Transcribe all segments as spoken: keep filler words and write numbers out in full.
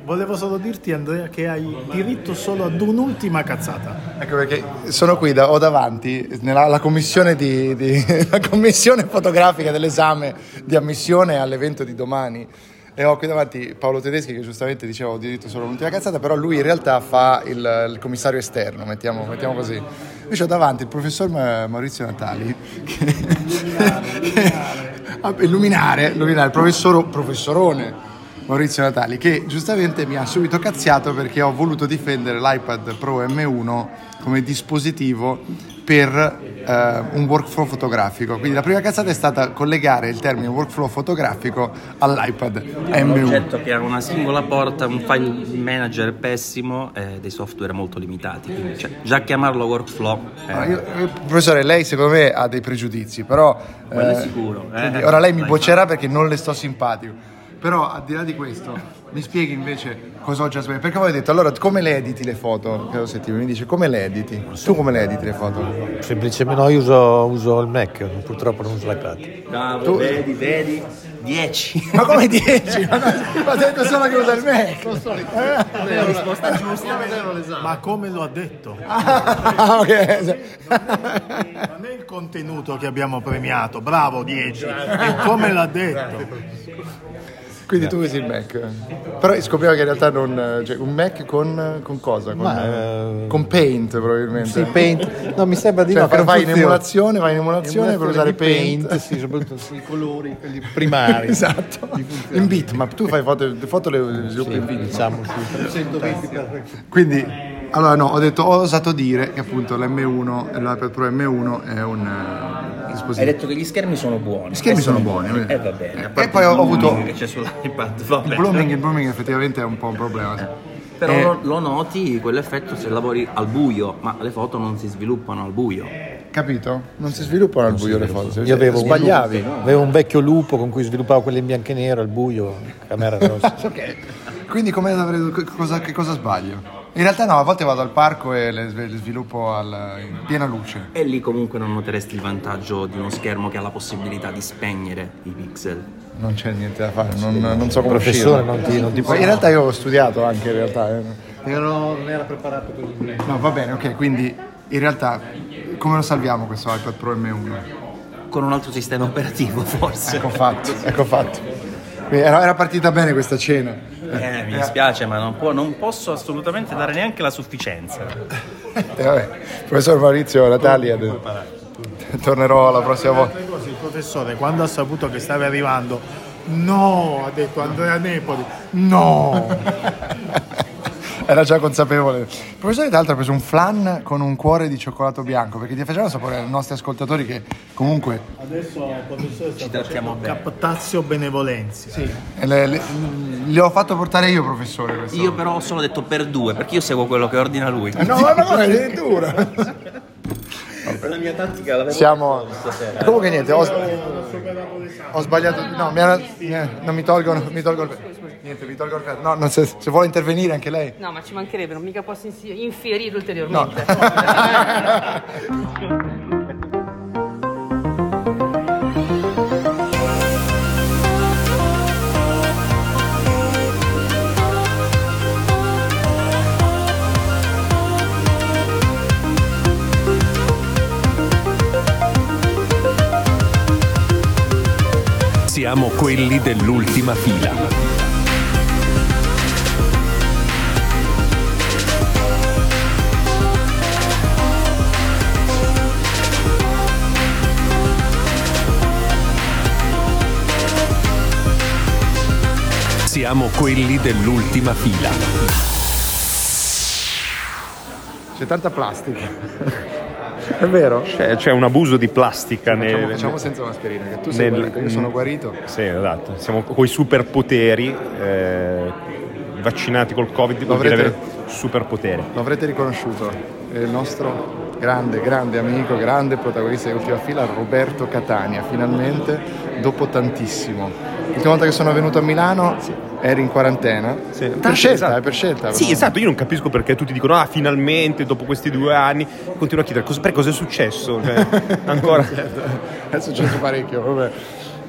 volevo solo dirti, Andrea, che hai diritto solo ad un'ultima cazzata. Ecco perché sono qui, da, ho davanti nella la commissione, di, di, la commissione fotografica dell'esame di ammissione all'evento di domani. E ho qui davanti Paolo Tedeschi che giustamente diceva ho diritto solo all'ultima cazzata, però lui in realtà fa il, il commissario esterno, mettiamo, mettiamo così. Invece ho davanti il professor Maurizio Natali, che illuminare, illuminare, illuminare il professor, professorone Maurizio Natali, che giustamente mi ha subito cazziato perché ho voluto difendere l'iPad Pro M uno come dispositivo per uh, un workflow fotografico. Quindi la prima cazzata è stata collegare il termine workflow fotografico all'iPad M uno. Un oggetto che ha una singola porta, un file manager pessimo e dei software molto limitati. Quindi, cioè, già chiamarlo workflow... Eh. Allora, io, io, professore, lei secondo me ha dei pregiudizi, però... Quello eh, è sicuro. Eh. Ora lei mi boccerà perché non le sto simpatico. Però al di là di questo mi spieghi invece cosa ho già sbagliato, perché voi avete detto allora come le editi le foto, che lo sentivo, mi dice come le editi, tu come le editi le foto? Semplicemente no, io uso, uso il Mac, purtroppo non uso l'iPad. Bravo, tu... vedi, vedi, dieci. Ma come dieci? Ma ho detto solo che usa il Mac. Eh, la risposta giusta. Ma come lo ha detto? Ah, ok. Non è il contenuto che abbiamo premiato, bravo dieci, è come l'ha detto. Quindi tu usi il Mac, però scopriamo che in realtà non, cioè un Mac con, con cosa? Con, Ma, eh, con Paint probabilmente. Sì, Paint. No, mi sembra di cioè, no. Per vai in funziona. emulazione, vai in emulazione, Emulazione per usare di Paint. Paint, sì, soprattutto sui colori, quelli primari. Esatto. In bitmap, tu fai foto, le foto le sviluppi Sì, in bitmap. diciamo sì, trecentoventi per Quindi, allora no, ho detto, ho osato dire che appunto l'M uno, l'iPad Pro M uno è un uh, dispositivo. Hai detto che gli schermi sono buoni. Gli schermi eh, sono buoni. E eh, va bene. E poi ho avuto che c'è sull'iPad, va bene. il blooming, il blooming effettivamente è un po' un problema. Eh. Però Eh. lo, lo noti quell'effetto se lavori al buio, ma le foto non si sviluppano al buio. Capito? Non si sviluppano al buio le foto. Io avevo Sbagliavi. un, avevo un vecchio lupo con cui sviluppavo quelle in bianco e nero al buio, camera rossa. Ok. Quindi come avrei, cosa, che cosa sbaglio? In realtà no, a volte vado al parco e le, le sviluppo al, in piena luce. E lì comunque non noteresti il vantaggio di uno schermo che ha la possibilità di spegnere i pixel. Non c'è niente da fare, non, non so come Professore, uscire. non ti, non ti Ma in realtà io ho studiato anche in realtà. Eh. non era preparato così. No, va bene, ok, quindi in realtà come lo salviamo questo iPad Pro M uno? Con un altro sistema operativo forse. Ecco fatto, ecco fatto. Era, era partita bene questa cena. Eh, mi dispiace, ma non, può, non posso assolutamente dare neanche la sufficienza. Eh, vabbè. Professor Maurizio Natali ha detto, tornerò la prossima volta. Il professore, quando ha saputo che stavi arrivando, no, ha detto Andrea Nepoli, no. Era già consapevole. Il professore tra l'altro ha preso un flan con un cuore di cioccolato bianco perché ti faceva sapere ai nostri ascoltatori che comunque Adesso il professore sta Ci trattiamo facendo captazio benevolenzi. Sì. le, le, le ho fatto portare io, professore, questo. Io però ho solo detto per due, perché io seguo quello che ordina lui. Eh, no, ma no, addirittura. La mia tattica l'avevo Siamo stasera. comunque niente, ho, ho sbagliato. No, mi hanno, eh, non mi tolgono, mi tolgo il niente, mi tolgo il pezzo. No, non se, se vuole intervenire anche lei. No, ma ci mancherebbe, non mica posso insi- infierire ulteriormente. Siamo quelli dell'ultima fila. Siamo quelli dell'ultima fila. C'è tanta plastica. È vero? C'è, c'è un abuso di plastica Facciamo, nel, facciamo senza mascherina, che tu sei nel- guarito, io sono guarito. Sì, esatto. Siamo coi superpoteri, eh, vaccinati col Covid, vuol dire L'avrete- avere superpotere. Lo avrete riconosciuto, è il nostro grande, grande amico, grande protagonista di Ultima Fila, Roberto Catania, finalmente, dopo tantissimo. L'ultima volta che sono venuto a Milano eri in quarantena, Sì. per Tanto, scelta, esatto. è per scelta. Sì, esatto, io non capisco perché tutti dicono ah finalmente dopo questi due anni, continuo a chiedere cosa, per cosa è successo, cioè, ancora. È successo parecchio, vabbè.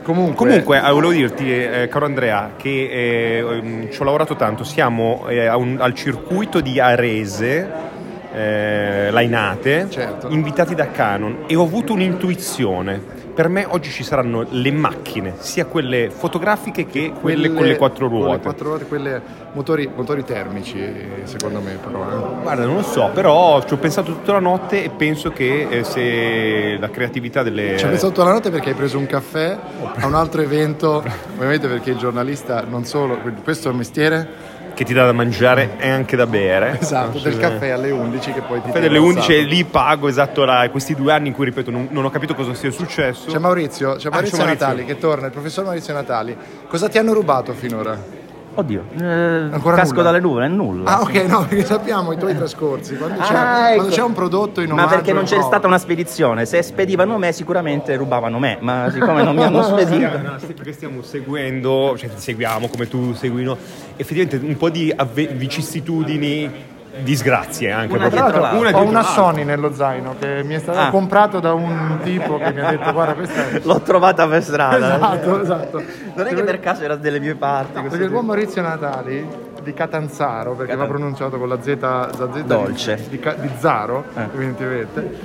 Comunque, Comunque eh, volevo dirti, eh, caro Andrea, che eh, ci ho lavorato tanto. Siamo eh, a un- al circuito di Arese, eh, Lainate, Certo. invitati da Canon, e ho avuto un'intuizione. Per me oggi ci saranno le macchine, sia quelle fotografiche che quelle, con le quattro con le ruote. quattro ruote, quelle motori, motori termici, secondo me, però. eh. Guarda, non lo so, però ci ho pensato tutta la notte e penso che eh, se la creatività delle... Ci hai pensato tutta la notte perché hai preso un caffè a un altro evento, ovviamente perché il giornalista non solo, quindi questo è il mestiere, che ti dà da mangiare e anche da bere. esatto, del caffè alle undici che poi ti Caffè tiene delle undici e alzato. lì pago esatto la- questi due anni in cui, ripeto, non, non ho capito cosa sia successo. C'è Maurizio, c'è Ah, Maurizio c'è Maurizio. Natali che torna, il professor Maurizio Natali. Cosa ti hanno rubato finora? Oddio, eh, Ancora casco nulla? dalle nuvole, nulla. Ah, ok, no, perché sappiamo i tuoi trascorsi. Quando c'è, Ah, quando ecco. c'è un prodotto in Ma omaggio perché non in c'è prova. stata una spedizione? Se spedivano me sicuramente rubavano me, ma siccome non mi hanno spedito... No, sì, perché stiamo seguendo, cioè ti seguiamo come tu segui, no? Effettivamente un po' di avve- vicissitudini, disgrazie anche. Una proprio. dietro l'altra. Una Ho dietro una l'altra. Sony nello zaino che mi è stato Ah. comprato da un tipo che mi ha detto guarda questa è... L'ho trovata per strada. Esatto, esatto. Non è che per caso era delle mie parti. questo Perché il buon tipo. Maurizio Natali di Catanzaro, perché Catan- va pronunciato con la Z, la Z Dolce. di, di, Ca- di Zaro, Eh. evidentemente,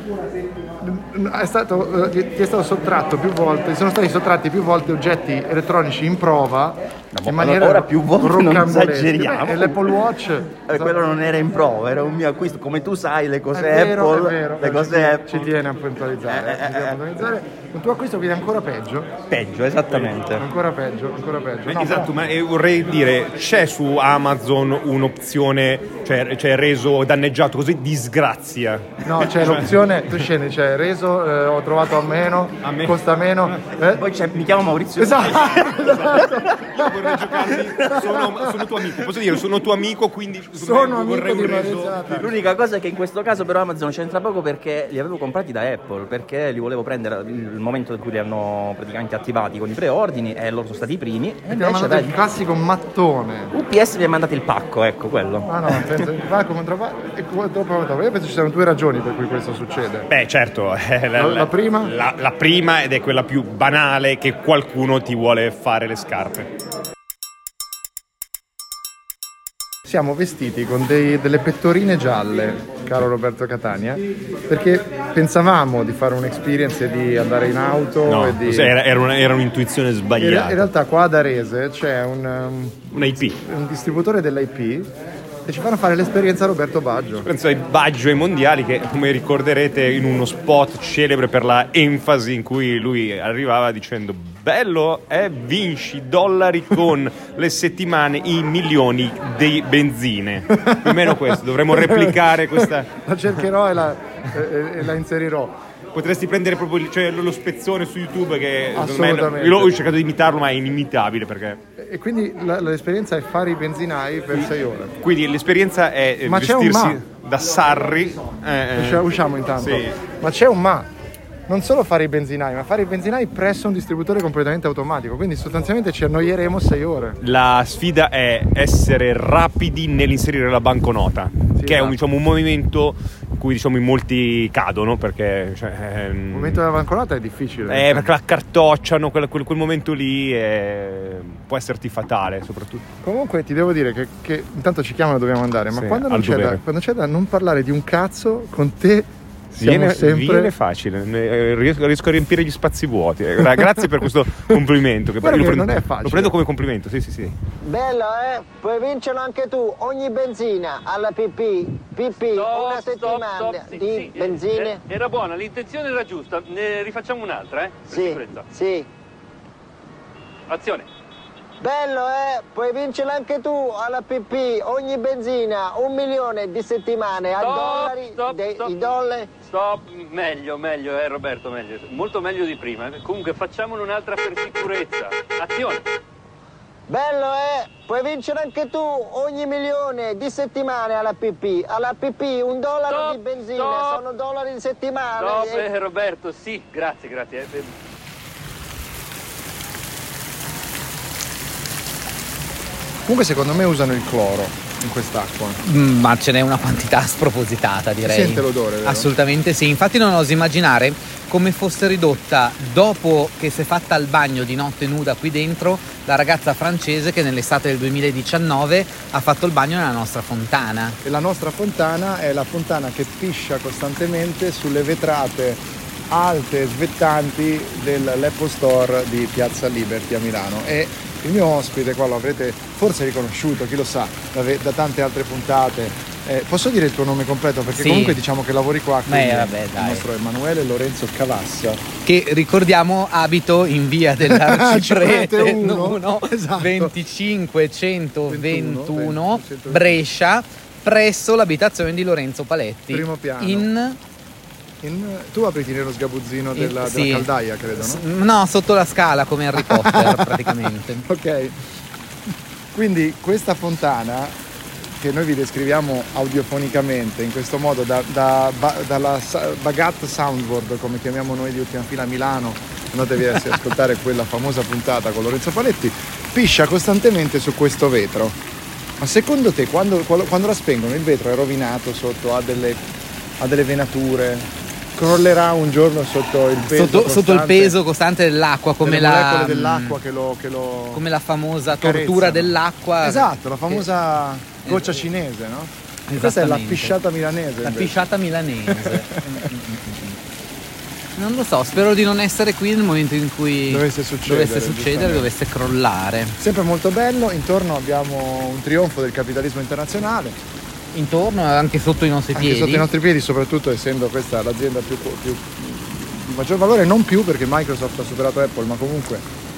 è stato, eh, ti è stato sottratto più volte, ti sono stati sottratti più volte oggetti elettronici in prova ma in maniera ora più volte non rocambolesca. esageriamo. Beh, e l'Apple Watch Eh, quello non era in prova, era un mio acquisto. Come tu sai, le è cose vero, Apple, è vero, le ci cose tiene- Apple, ci tiene a puntualizzare, Eh, ci tiene a eh, puntualizzare. Un tuo acquisto viene ancora peggio, peggio, esattamente. ancora peggio, ancora peggio. Eh, No, esatto, però- ma eh, vorrei dire, c'è su Amazon un'opzione, cioè, cioè reso danneggiato, così disgrazia. No, c'è l'opzione, tu scendi, c'è reso, eh, ho trovato a meno, A me- costa meno. eh. Poi c'è, mi chiamo Maurizio. Esatto, esatto. Io vorrei giocarmi, sono, sono tuo amico, posso dire, sono tuo amico, quindi Sono amico vorrei di un Maurizio reso. Natali. L'unica cosa è che in questo caso però Amazon c'entra poco perché li avevo comprati da Apple, perché li volevo prendere il momento in cui li hanno praticamente attivati con i preordini e loro sono stati i primi. E Ti ho invece mandato il vedi, classico mattone. U P S mi ha mandato il pacco, ecco quello. Ah no, penso, va come trovo- e come dopo- dopo. Io penso ci siano due ragioni per cui questo succede. Beh, certo, eh, La- la prima? La, la prima ed è quella più banale, che qualcuno ti vuole fare le scarpe. Siamo vestiti con dei- delle pettorine gialle, caro Roberto Catania, perché pensavamo di fare un'experience e di andare in auto No, e di... era, era una- era un'intuizione In, sbagliata. in realtà qua ad Arese c'è un, um, Una I P. un distributore dell'I P e ci fanno fare l'esperienza a Roberto Baggio. Penso ai Baggio ai mondiali, che come ricorderete in uno spot celebre per la enfasi in cui lui arrivava dicendo bello è vinci dollari con le settimane, i milioni di benzine. Più o meno questo, dovremmo replicare questa. La cercherò e la, e- e la inserirò. Potresti prendere proprio il- cioè, lo spezzone su YouTube che secondo me- Assolutamente. io ho cercato di imitarlo ma è inimitabile, perché E quindi la- l'esperienza è fare i benzinai per sei ore. quindi l'esperienza è eh, Ma c'è un vestirsi ma. da Sarri. eh, eh, Usci- Usciamo intanto. Sì. Ma c'è un ma. Non solo fare i benzinai, ma fare i benzinai presso un distributore completamente automatico. Quindi sostanzialmente ci annoieremo sei ore. La sfida è essere rapidi nell'inserire la banconota, Sì, che è un, esatto. diciamo, un movimento in cui diciamo, in molti cadono, perché, cioè, ehm, Il momento della banconota è difficile. eh, perché la cartocciano, quel, quel- quel momento lì è- può esserti fatale soprattutto. Comunque ti devo dire che, che intanto ci chiamano e dobbiamo andare, ma Sì, quando, non al c'è da, dovere. quando c'è da non parlare di un cazzo, con te siamo Viene, sempre... viene facile, ne- riesco, riesco a riempire gli spazi vuoti. Eh, gra- Grazie per questo complimento. Che Guarda lo che prendo- non è facile. Lo prendo come complimento, sì, sì, sì. Bello, eh? Puoi vincerlo anche tu. Ogni benzina alla P P. P P, una settimana sì, di sì, eh, benzine. eh, Era buona, l'intenzione era giusta. Ne rifacciamo un'altra, eh? Per Sì, sicurezza. sì. Azione. Bello, eh? Puoi vincerlo anche tu alla P P. Ogni benzina, un milione di settimane a Stop, dollari. stop, dei- stop. I dollari. Stop, meglio, meglio, eh Roberto, meglio. Molto meglio di prima. Comunque facciamone un'altra per sicurezza. Azione. Bello, eh? Puoi vincere anche tu ogni milione di settimane alla P P. Alla P P un dollaro Stop, di benzina, stop. sono dollari di settimana. Stop, E- eh, Roberto, sì, grazie, grazie. eh, eh. Comunque secondo me usano il cloro. in quest'acqua? Mm, ma ce n'è una quantità spropositata, direi. Si sente l'odore, vero? Assolutamente sì. Infatti non oso immaginare come fosse ridotta, dopo che si è fatta il bagno di notte nuda qui dentro, la ragazza francese che nell'estate del duemiladiciannove ha fatto il bagno nella nostra fontana. E la nostra fontana è la fontana che piscia costantemente sulle vetrate alte e svettanti dell'Apple Store di Piazza Liberty a Milano. E il mio ospite, qua lo avrete forse riconosciuto, chi lo sa, da, da tante altre puntate. Eh, posso dire il tuo nome completo? Perché sì. Comunque diciamo che lavori qua. Beh, vabbè, dai. Il nostro Emanuele Lorenzo Cavassa. Che ricordiamo abito in via dell'Arciprete uno, esatto. venticinque centoventuno Brescia, presso l'abitazione di Lorenzo Paletti. Primo piano. In... In, tu apriti nello sgabuzzino della, sì. della caldaia, credo, no? No, sotto la scala come Harry Potter praticamente. Ok. Quindi questa fontana che noi vi descriviamo audiofonicamente in questo modo da, da, da, dalla Bagat Soundboard, come chiamiamo noi di Ultima Fila a Milano, andatevi a ascoltare quella famosa puntata con Lorenzo Paletti, piscia costantemente su questo vetro. Ma secondo te quando, quando la spengono il vetro è rovinato sotto, ha delle, ha delle venature? Crollerà un giorno sotto il peso sotto, sotto il peso costante dell'acqua, come delle la molecole dell'acqua che lo, che lo come la famosa carezzano. Tortura dell'acqua. Esatto, la famosa che... goccia cinese, no? Questa è la pisciata milanese. La invece. pisciata milanese. Non lo so, spero di non essere qui nel momento in cui dovesse succedere, dovesse, succedere, dovesse crollare. Sempre molto bello, intorno abbiamo un trionfo del capitalismo internazionale. Intorno e anche sotto i nostri anche piedi. Sotto i nostri piedi, soprattutto essendo questa l'azienda più, più di maggior valore, non più perché Microsoft ha superato Apple, ma comunque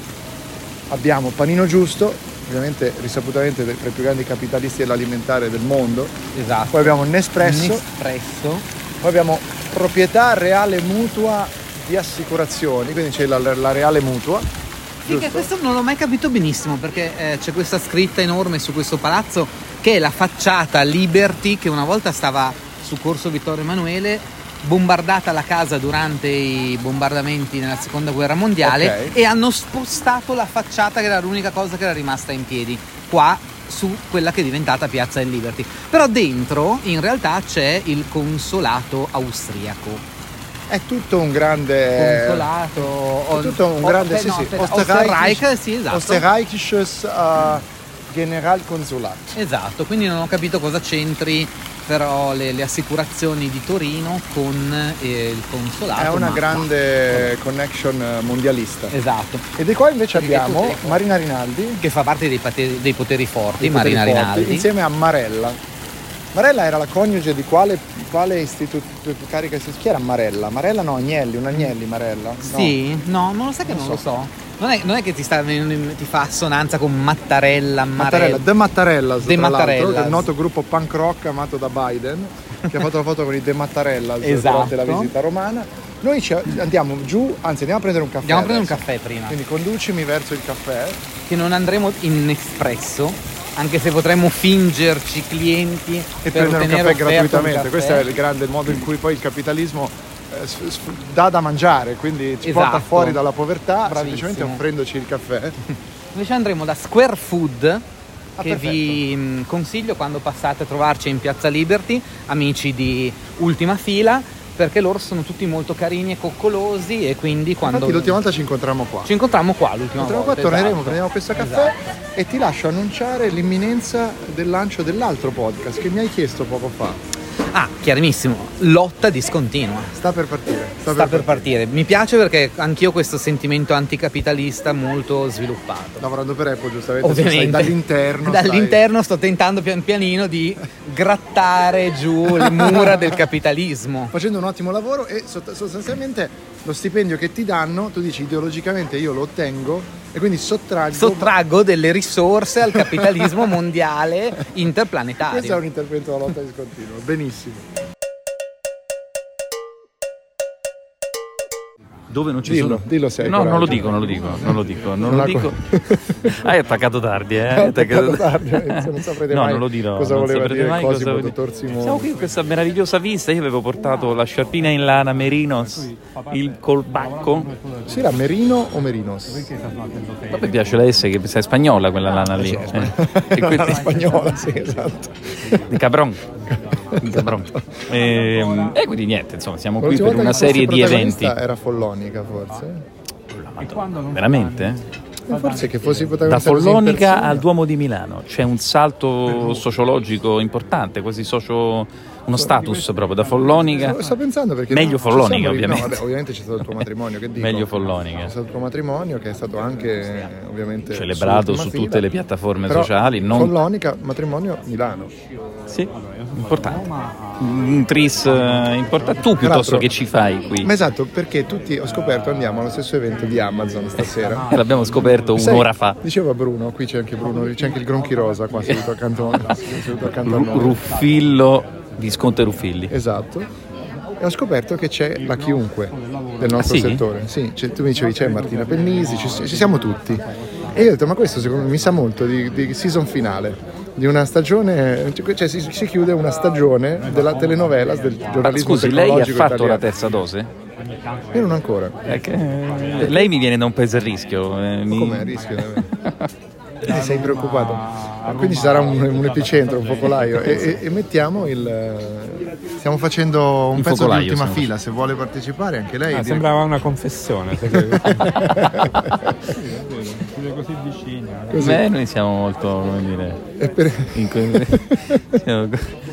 abbiamo Panino Giusto, ovviamente risaputamente tra i più grandi capitalisti dell'alimentare del mondo. Esatto. Poi abbiamo Nespresso. Nespresso. Poi abbiamo Proprietà Reale Mutua di Assicurazioni, quindi c'è la, la Reale Mutua. Sì, che questo non l'ho mai capito benissimo, perché eh, c'è questa scritta enorme su questo palazzo che è la facciata Liberty, che una volta stava su Corso Vittorio Emanuele, bombardata la casa durante i bombardamenti nella seconda guerra mondiale, okay. E hanno spostato la facciata, che era l'unica cosa che era rimasta in piedi qua su quella che è diventata Piazza del Liberty. Però dentro in realtà c'è il consolato austriaco. È tutto un grande consolato, è tutto un grande, sì, no, sì, Österreich, sì, esatto. Österreichisches uh, Generalkonsulat. Esatto, quindi non ho capito cosa c'entri però le, le assicurazioni di Torino con eh, il consolato. È una ma, grande ma... connection mondialista. Esatto. E di qua invece abbiamo Marina Rinaldi, che fa parte dei, poteri, dei poteri forti, dei Marina poteri forti, Rinaldi, insieme a Marella. Marella era la coniuge di quale, quale istituto carica? Chi era Marella? Marella no, Agnelli, un Agnelli Marella? No. Sì, no, non lo sai che non, non so. lo so. Non è, non è che ti, sta, ti fa assonanza con Mattarella, Marella. Mattarella, The Mattarellas, The tra Mattarellas. l'altro, il noto gruppo punk rock amato da Biden, che ha fatto la foto con i The Mattarellas esatto. durante la visita romana. Noi ci andiamo giù, anzi andiamo a prendere un caffè. Andiamo a prendere adesso. un caffè prima. Quindi conducimi verso il caffè. Che non andremo in Nespresso, anche se potremmo fingerci clienti e per prendere un caffè gratuitamente. Un caffè. Questo è il grande modo in cui poi il capitalismo eh, dà da mangiare, quindi ci esatto. porta fuori dalla povertà. Bravissimo. Semplicemente offrendoci il caffè. Invece andremo da Square Food, ah, che perfetto. vi mh, consiglio quando passate a trovarci in Piazza Liberty, amici di Ultima Fila, perché loro sono tutti molto carini e coccolosi, e quindi quando infatti l'ultima volta ci incontrammo qua ci incontrammo qua l'ultima incontriamo volta qua, torneremo, esatto. prendiamo questo caffè esatto. E ti lascio annunciare l'imminenza del lancio dell'altro podcast che mi hai chiesto poco fa. Ah, chiarissimo, lotta discontinua. Sta per partire. Sta, sta per, per partire. partire. Mi piace perché anch'io ho questo sentimento anticapitalista molto sviluppato. Lavorando per Apple, giustamente. Ovviamente. Stai dall'interno. Dall'interno stai... sto tentando pian pianino di grattare giù le mura del capitalismo. Facendo un ottimo lavoro e sostanzialmente lo stipendio che ti danno, tu dici ideologicamente io lo ottengo e quindi sottraggo... Sottraggo delle risorse al capitalismo mondiale interplanetario. Questo è un intervento alla lotta discontinua. Benissimo. Dove non ci dillo, sono? Dillo se hai No, coraggio. non lo dico, non lo dico, non lo dico, non, Non lo ha dico. co- Hai attaccato tardi, eh? Hai attaccato tardi, non saprete no, mai non lo dirò, cosa non voleva saprete dire mai Cosimo, cosa- dottor Simone. Siamo qui in questa meravigliosa vista. Io avevo portato la sciarpina in lana Merinos, il colbacco. Sì, era Merino o Merinos? Ma mi piace la S che è spagnola quella lana lì. Sì, è Eh. E No, quindi- era spagnola, sì, esatto. Di Cabron. Di Cabron. E, e quindi niente, insomma, siamo qui L'ultima per volta una che serie fosse di eventi. protagonista era Follonica, forse. Veramente? Ma forse che fossi Da protagonista così in Follonica persona. al Duomo di Milano c'è un salto sociologico importante, quasi socio, uno status proprio da Follonica. Sto, sto pensando perché meglio no, ci Follonica, siamo ri- ovviamente. No, vabbè, ovviamente c'è stato il tuo matrimonio, che dico? Meglio Follonica. C'è stato il tuo matrimonio che è stato anche eh, ovviamente Celebrato sull'ultima su fila. tutte le piattaforme Però sociali. Non... Follonica, matrimonio Milano. Sì, importante. Un tris eh, importante. Tu piuttosto l'altro- che ci fai qui? Ma esatto, perché tutti, ho scoperto, andiamo allo stesso evento di Amazon stasera. Eh, l'abbiamo scoperto Sai, un'ora fa. Diceva Bruno, qui c'è anche Bruno, c'è anche il Gronchi Rosa qua seduto accanto, seduto accanto a Ru- noi. Ruffillo, Visconte Ruffilli. Esatto. E ho scoperto che c'è la chiunque del nostro Ah, sì? settore. Sì, c'è- tu mi dicevi c'è Martina Pennisi, ci, ci siamo tutti. E io ho detto, ma questo secondo me mi sa molto di, di season finale, di una stagione, cioè si, si chiude una stagione della telenovela del Ma giornalismo scusi, lei ha tecnologico fatto italiano. la terza dose? Io non ancora. È che- Lei mi viene da un paese a rischio. eh, mi- Come a rischio? Quindi sei preoccupato. Ah, quindi ci sarà un, un epicentro, un focolaio. E, e- e mettiamo il. Stiamo facendo un, Un pezzo focolaio, di ultima stiamo fila. Se vuole partecipare, anche lei. Ah, dire- sembrava una confessione. Siete così vicini. Così. Beh, noi siamo molto, come dire, E per- in que- siamo-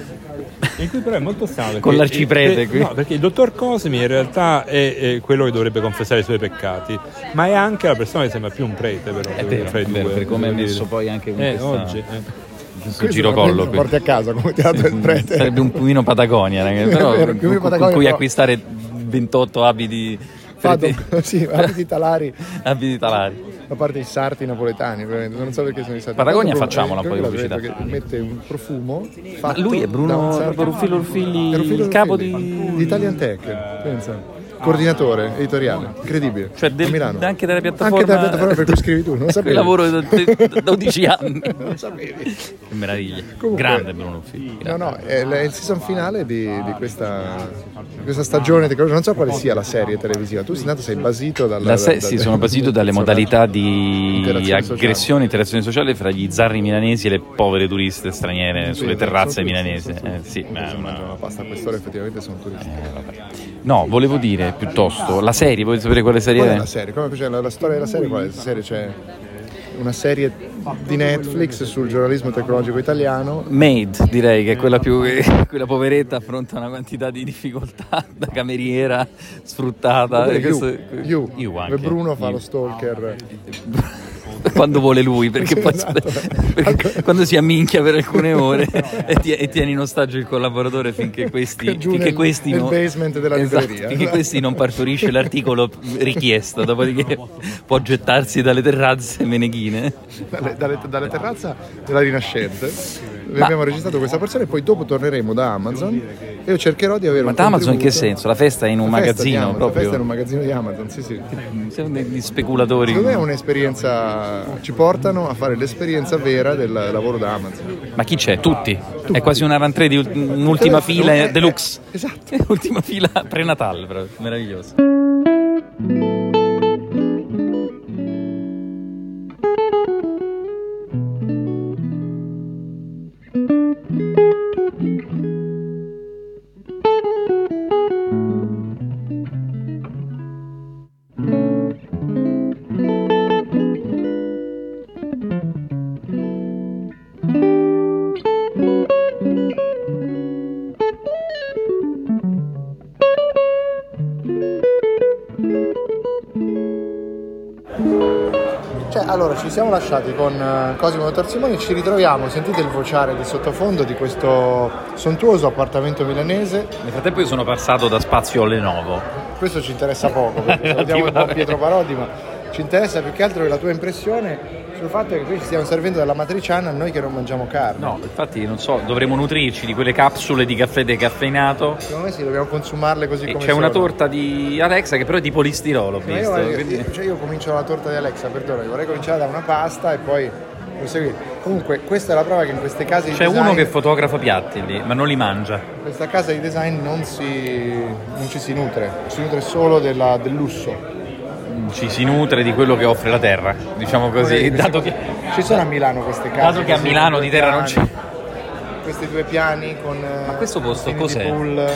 In cui però è molto strano perché- Con l'arciprete per- qui. no, perché il dottor Cosimi in realtà è, è quello che dovrebbe confessare i suoi peccati, ma è anche la persona che sembra più un prete, però È vero, fra i è vero, due, per come è devo messo dire. poi anche con eh, questa- oggi eh. questo Questo girocollo lo qui. porti a casa come ti ha dato il prete. Sarebbe un pumino Patagonia, ragazzi, È però vero, con, piumino con Patagonia, cui però- acquistare ventotto abiti Fado, sì, abiti talari abiti talari. da parte dei sarti napoletani, ovviamente. Non so perché sono i sarti. Patagonia Bruno- facciamola eh, poi quello pubblicità. che mette un profumo Ma fatto lui è da Bruno un sarto- Ruffillo Ruffilli, È Ruffillo il capo Ruffilli, di... di Italian Tech, pensa. Coordinatore editoriale, incredibile. Cioè del- a Milano. anche della piattaforma Anche della piattaforma per cui scrivi tu, non lo Qui sapevi. lavoro da, da dodici anni. Non lo sapevi. Che meraviglia. Comunque- Grande Bruno Ruffilli. No, no, è l- è il season finale di, di questa, di questa stagione tecnologica. Non so quale sia la serie televisiva. Tu intanto sei basito dalla. La se- da- sì, da- sono basito dalle modalità di Interazione sociale. aggressione, interazione sociale fra gli zarri milanesi e le povere turiste straniere Sì, sulle sono terrazze turisti, milanesi. sono Eh, turisti. sì, ma è Se una- mangiano la pasta a quest'ora effettivamente sono turisti. No, volevo dire piuttosto la serie, volete sapere quale serie Qual è è? la serie? Come, cioè, la, la storia della serie qual è? La serie c'è una serie di Netflix sul giornalismo tecnologico italiano. Made, direi che è quella più quella poveretta affronta una quantità di difficoltà da cameriera sfruttata. Oppure E questo- You, You, You dove anche. Bruno fa You. lo stalker. Quando vuole lui, perché poi Esatto. perché quando si amminchia per alcune ore e, ti- e tiene in ostaggio il collaboratore finché questi, Giù finché nel- questi nel non, basement della esatto, libreria. finché questi non partorisce l'articolo richiesto, dopodiché può gettarsi dalle terrazze meneghine. dalle, dalle, dalle terrazza della Rinascente. Noi Ma- abbiamo registrato questa porzione e poi dopo torneremo da Amazon e io cercherò di avere Ma un da Amazon in che contributo- senso? La festa è in un La festa di magazzino Amazon, La festa è in proprio? un magazzino di Amazon, sì sì. Siamo degli speculatori. Secondo me è un'esperienza, ci portano a fare l'esperienza vera del lavoro da Amazon. Ma chi c'è? Tutti. È quasi una rentrée di ult- un'ultima Eh, fila eh, deluxe. Esatto. Ultima fila prenatal, proprio. Meraviglioso. Cioè, allora, ci siamo lasciati con eh, Cosimo e Dottor Simoni, ci ritroviamo, sentite il vociare di sottofondo di questo sontuoso appartamento milanese. Nel frattempo io sono passato da Spazio Lenovo. Questo ci interessa poco, perché salutiamo un po' Pietro Parodi, ma ci interessa più che altro la tua impressione sul fatto che qui ci stiamo servendo della matriciana a noi che non mangiamo carne. No, infatti non so, dovremmo nutrirci di quelle capsule di caffè decaffeinato. Secondo me sì, dobbiamo consumarle così E come c'è sono. una torta di Alexa che però è di polistirolo, ho Ma visto. io, quindi- io, cioè io comincio la torta di Alexa, perdona, vorrei cominciare da una pasta e poi proseguire. Comunque questa è la prova che in queste case di C'è design, uno che fotografa piatti lì, ma non li mangia. questa casa di design non si non ci si nutre, si nutre solo della- del lusso. Ci si nutre di quello che offre la terra, diciamo così, dato che, Ci sono a Milano queste case. dato che a così, Milano due di terra non piani, c'è. Questi due piani con Ma questo posto infinity cos'è? pool. Eh?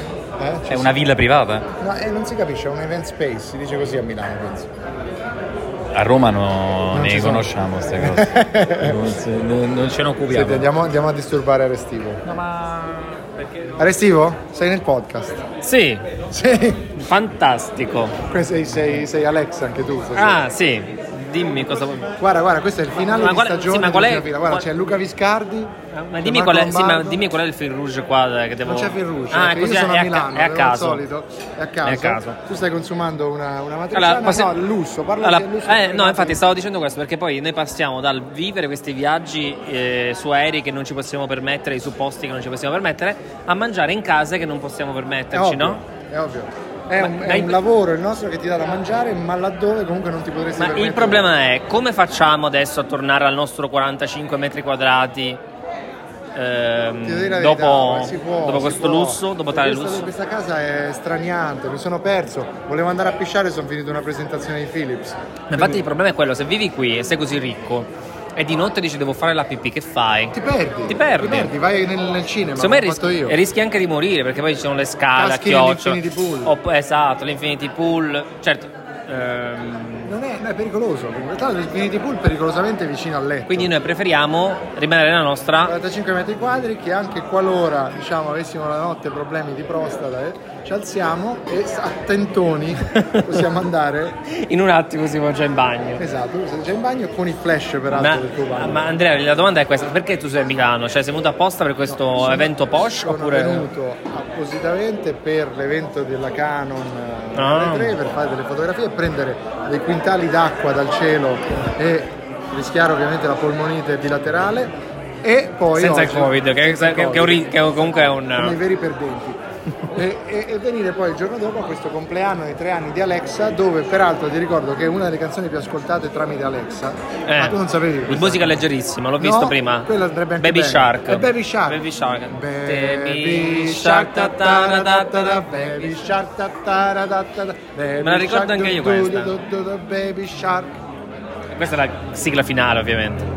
È una villa privata? No, eh, non si capisce, è un event space, si dice così a Milano, penso. A Roma no, Non ne ci sono. conosciamo queste cose. non, se- non- non ce ne occupiamo. Senti, andiamo, andiamo a disturbare Arestivo. No, ma perché? Arestivo? Sei nel podcast? Sì, Sì. fantastico. Sei, sei, sei Alexa anche tu. stasera. Ah, sì, dimmi cosa vuoi. Guarda, guarda, questo è il finale Ma di qual è- stagione sì, ma qual è- della fila. Guarda, qual- c'è Luca Viscardi. Ma c'è dimmi, Marco qual è, sì, ma Lombardo. dimmi qual è il fil rouge qua che devo... Non c'è fil rouge, Ah, perché così io sono è a a, Milano, è a come caso. al solito, è a caso. È a caso. Tu stai consumando una, una matriciana, Allora, possi- no, il lusso, parla Allora, del lusso. eh, no, infatti stavo dicendo questo perché poi noi passiamo dal vivere questi viaggi eh, su aerei che non ci possiamo permettere, su posti che non ci possiamo permettere, a mangiare in case che non possiamo È permetterci, ovvio, no? è ovvio. È, Ma- un, ma è il- un lavoro il nostro che ti dà da mangiare, ma laddove comunque non ti potresti Ma permettere. il problema è come facciamo adesso a tornare al nostro quarantacinque metri quadrati ehm, Ti devo dire la dopo, verità, ma si può, dopo si questo può. lusso, dopo tale questa, lusso? Questa casa è straniante, mi sono perso. Volevo andare a pisciare e sono finito una presentazione di Philips. Ma infatti il problema è quello, se vivi qui e sei così ricco e di notte dici devo fare la pipì, che fai? Ti perdi. Ti perdi. Ti perdi, vai nel, nel cinema, Secondo me l'ho ris- fatto io. e rischi anche di morire perché poi ci sono le scale a Caschi chiocciola. nell'infinity pool. Opp- esatto, l'infinity pool. Certo. ehm, Non è, no, è pericoloso. In realtà l'Infinity Pool è pericolosamente vicino al letto. quindi noi preferiamo rimanere nella nostra. quarantacinque metri quadri che anche qualora diciamo avessimo la notte problemi di prostata eh, ci alziamo e a tentoni possiamo andare. In un attimo si va già in bagno. Esatto, tu sei già in bagno con i flash peraltro Ma, del tuo bagno. ma Andrea, la domanda è questa: perché tu sei a Milano? Cioè sei venuto apposta per questo No, sono- evento Porsche sono oppure. venuto appositamente per l'evento della Canon eh, Ah. R tre per fare delle fotografie e prendere dei quintali d'acqua dal cielo e rischiare ovviamente la polmonite bilaterale e poi Senza il oggi- Covid, che, senza che- il che è un ri- che comunque è un. come i veri perdenti. e, e- e venire poi il giorno dopo a questo compleanno dei tre anni di Alexa, dove peraltro ti ricordo che è una delle canzoni più ascoltate tramite Alexa. Eh, Ma tu non sapevi di questa? musica leggerissima, l'ho visto No, prima. quella andrebbe anche Baby bene. Shark. È Baby Shark. Baby Shark. Baby Shark ta ta ta ta ta ta, Baby Shark ta ta ta ta ta ta, Baby Me la ricordo Shark anche io du- du- questa. du- du- du- Baby Shark. Questa è la sigla finale, ovviamente.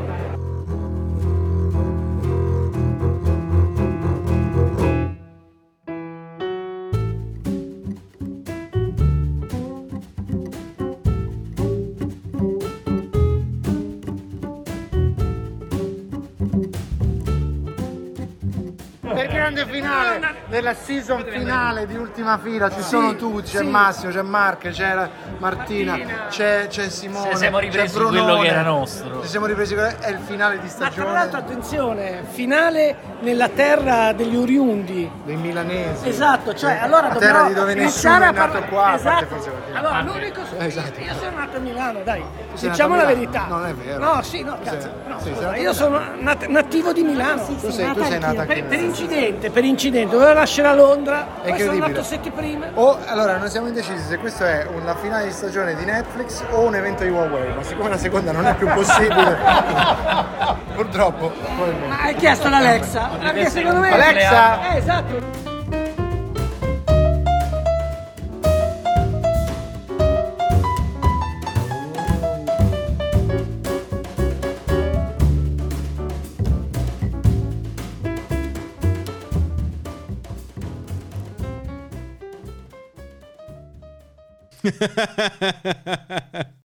Per grande finale della season finale di Ultima Fila ci sono tu, c'è Massimo, c'è Marco, c'è la Martina, c'è, c'è Simone, Ci siamo c'è ripresi Brunone. quello che era nostro. Ci siamo ripresi quello- è il finale di Ma tra stagione l'altro attenzione, finale nella terra degli oriundi. dei milanesi. Esatto, cioè allora la dobbiamo terra di dove nessuno iniziare è a nato parlare. qua, a parte Esatto. forse perché- Allora, Ah. l'unico Esatto. io sono nato a Milano, dai. sei Diciamo nato la a Milano? verità. Non è vero. No, sì, no, Tu cazzo. sei- no, sì, sei scusa, nato a io sono nat- nativo di Milano. Tu sei, tu sei nata anche Per, in per incidente, per incidente, dovevo nascere a Londra, poi sono incredibile. nato sette prima. O allora noi siamo indecisi se questo è una finale di stagione di Netflix o un evento di Huawei, ma siccome la seconda non è più possibile, purtroppo. probabilmente. Ma hai chiesto l'Alexa? Perché secondo me Alexa! Eh, esatto.